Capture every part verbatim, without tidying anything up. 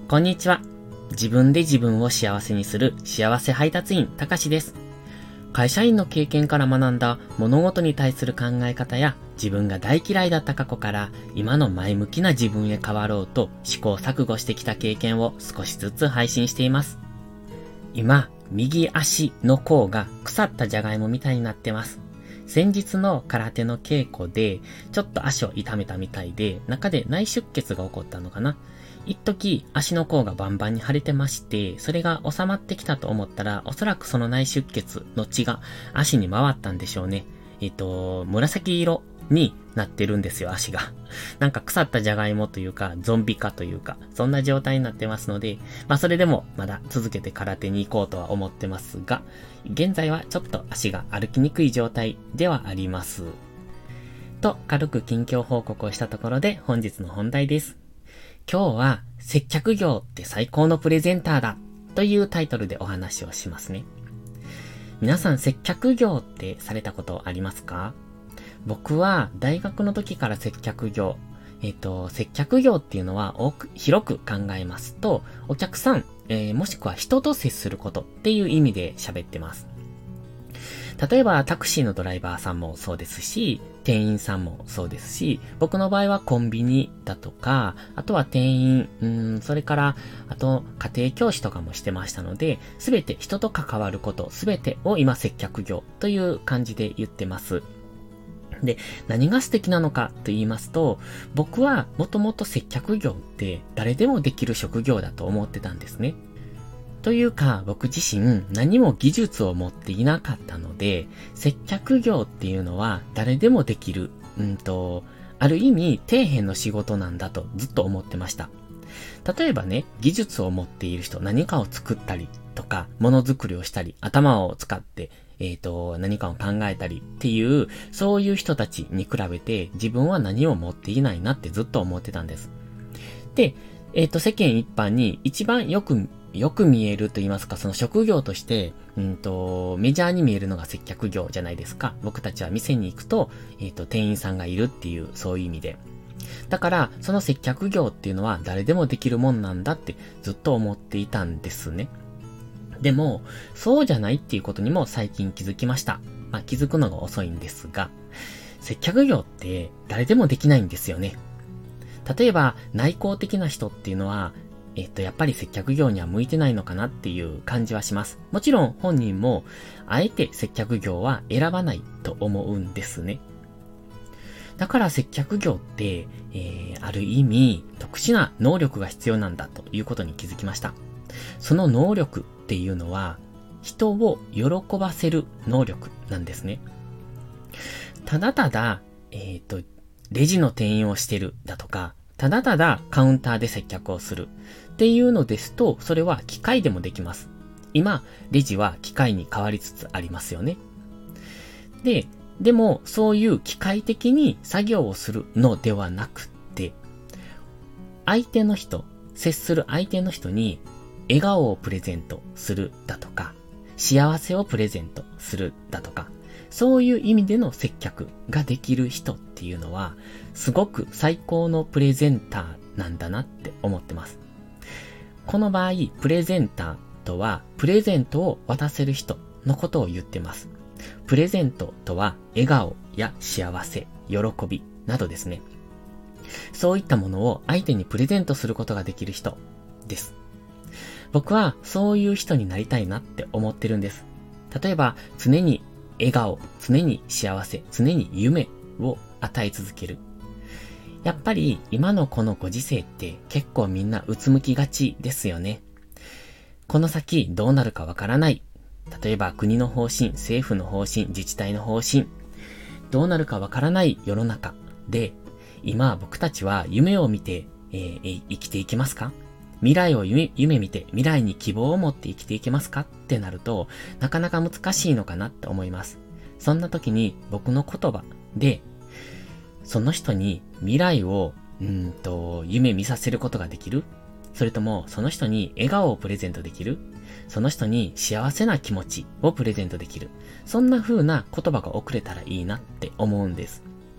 こんにちは。自分で自分を幸せにする幸せ配達員たかしです。会社員の経験から学んだ物事に対する考え方や自分が大嫌いだった過去から今の前向きな自分へ変わろうと試行錯誤してきた経験を少しずつ配信しています。今、右足の甲が腐ったじゃがいもみたいになってます。先日の空手の稽古でちょっと足を痛めたみたいで中で内出血が起こったのかな。一時足の甲がバンバンに腫れてまして、それが収まってきたと思ったら、おそらくその内出血の血が足に回ったんでしょうね。えっと、紫色になってるんですよ、足が。なんか腐ったじゃがいもというか、ゾンビ化というか、そんな状態になってますので、まあそれでもまだ続けて空手に行こうとは思ってますが、現在はちょっと足が歩きにくい状態ではあります。と、軽く近況報告をしたところで本日の本題です。今日は接客業って最高のプレゼンターだというタイトルでお話をしますね。皆さん接客業ってされたことありますか？僕は大学の時から接客業、えっと、接客業っていうのは多く広く考えますと、お客さん、えー、もしくは人と接することっていう意味で喋ってます。例えばタクシーのドライバーさんもそうですし、店員さんもそうですし、僕の場合はコンビニだとか、あとは店員、うーん、それから、あと家庭教師とかもしてましたので、すべて人と関わること、すべてを今接客業という感じで言ってます。で、何が素敵なのかと言いますと、僕はもともと接客業って誰でもできる職業だと思ってたんですね。というか、僕自身何も技術を持っていなかったので、接客業っていうのは誰でもできる、うんと、ある意味底辺の仕事なんだとずっと思ってました。例えばね、技術を持っている人、何かを作ったりとか、ものづくりをしたり、頭を使って、えっと、何かを考えたりっていう、そういう人たちに比べて自分は何を持っていないなってずっと思ってたんです。で、えっと、世間一般に一番よくよく見えると言いますか、その職業として、うんと、メジャーに見えるのが接客業じゃないですか。僕たちは店に行くと、えっと、店員さんがいるっていう、そういう意味で。だから、その接客業っていうのは誰でもできるもんなんだってずっと思っていたんですね。でも、そうじゃないっていうことにも最近気づきました。まあ、気づくのが遅いんですが、接客業って誰でもできないんですよね。例えば、内向的な人っていうのは、えっと、やっぱり接客業には向いてないのかなっていう感じはします。もちろん本人も、あえて接客業は選ばないと思うんですね。だから接客業って、えー、ある意味、特殊な能力が必要なんだということに気づきました。その能力っていうのは、人を喜ばせる能力なんですね。ただただ、えっと、レジの店員をしてるだとか、ただただカウンターで接客をするっていうのですと、それは機械でもできます。今、レジは機械に変わりつつありますよね。で、でもそういう機械的に作業をするのではなくって、相手の人、接する相手の人に笑顔をプレゼントするだとか、幸せをプレゼントするだとか、そういう意味での接客ができる人っていうのは、すごく最高のプレゼンターなんだなって思ってます。この場合、プレゼンターとは、プレゼントを渡せる人のことを言ってます。プレゼントとは、笑顔や幸せ、喜びなどですね。そういったものを相手にプレゼントすることができる人です。僕はそういう人になりたいなって思ってるんです。例えば、常に笑顔、常に幸せ、常に夢を与え続ける。やっぱり今のこのご時世って結構みんなうつむきがちですよね。この先どうなるかわからない。例えば国の方針、政府の方針、自治体の方針。どうなるかわからない世の中で、今僕たちは夢を見て、えー、生きていけますか？未来を夢、夢見て未来に希望を持って生きていけますかってなると、なかなか難しいのかなって思います。そんな時に僕の言葉で、その人に未来を、うーんと、夢見させることができる？それとも、その人に笑顔をプレゼントできる？その人に幸せな気持ちをプレゼントできる？そんな風な言葉が送れたらいいなって思うんです。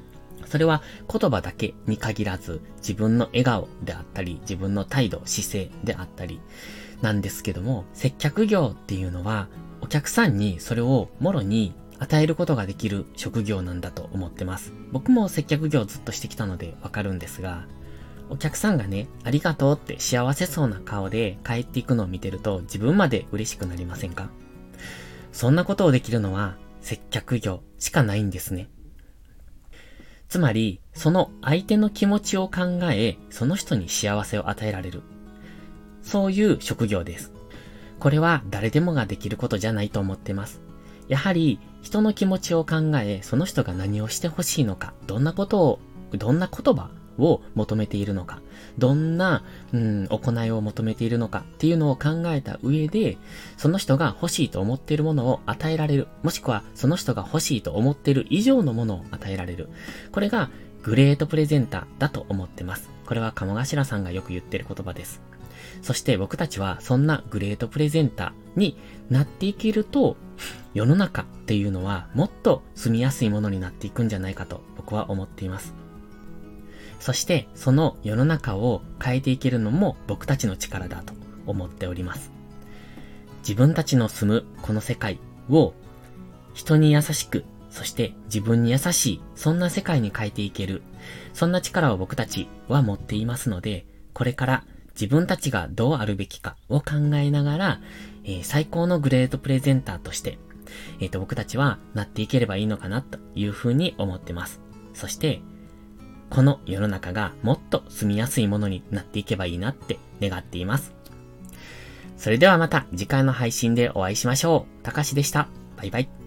それは言葉だけに限らず、自分の笑顔であったり、自分の態度、姿勢であったり、なんですけども、接客業っていうのは、お客さんにそれをもろに与えることができる職業なんだと思ってます。僕も接客業ずっとしてきたのでわかるんですが、お客さんがね、ありがとうって幸せそうな顔で帰っていくのを見てると自分まで嬉しくなりませんか？そんなことをできるのは接客業しかないんですね。つまり、その相手の気持ちを考え、その人に幸せを与えられる。そういう職業です。これは誰でもができることじゃないと思ってます。やはり人の気持ちを考え、その人が何をしてほしいのか、どんなことを、どんな言葉を求めているのか、どんな、うん、行いを求めているのかっていうのを考えた上で、その人が欲しいと思っているものを与えられる。もしくはその人が欲しいと思っている以上のものを与えられる。これがグレートプレゼンターだと思ってます。これは鴨頭さんがよく言ってる言葉です。そして僕たちはそんなグレートプレゼンターになっていけると、世の中っていうのはもっと住みやすいものになっていくんじゃないかと僕は思っています。そしてその世の中を変えていけるのも僕たちの力だと思っております。自分たちの住むこの世界を人に優しく、そして自分に優しい、そんな世界に変えていける、そんな力を僕たちは持っていますので、これから自分たちがどうあるべきかを考えながら、えー、最高のグレートプレゼンターとして、えっと、僕たちはなっていければいいのかなというふうに思ってます。そして、この世の中がもっと住みやすいものになっていけばいいなって願っています。それではまた次回の配信でお会いしましょう。たかしでした。バイバイ。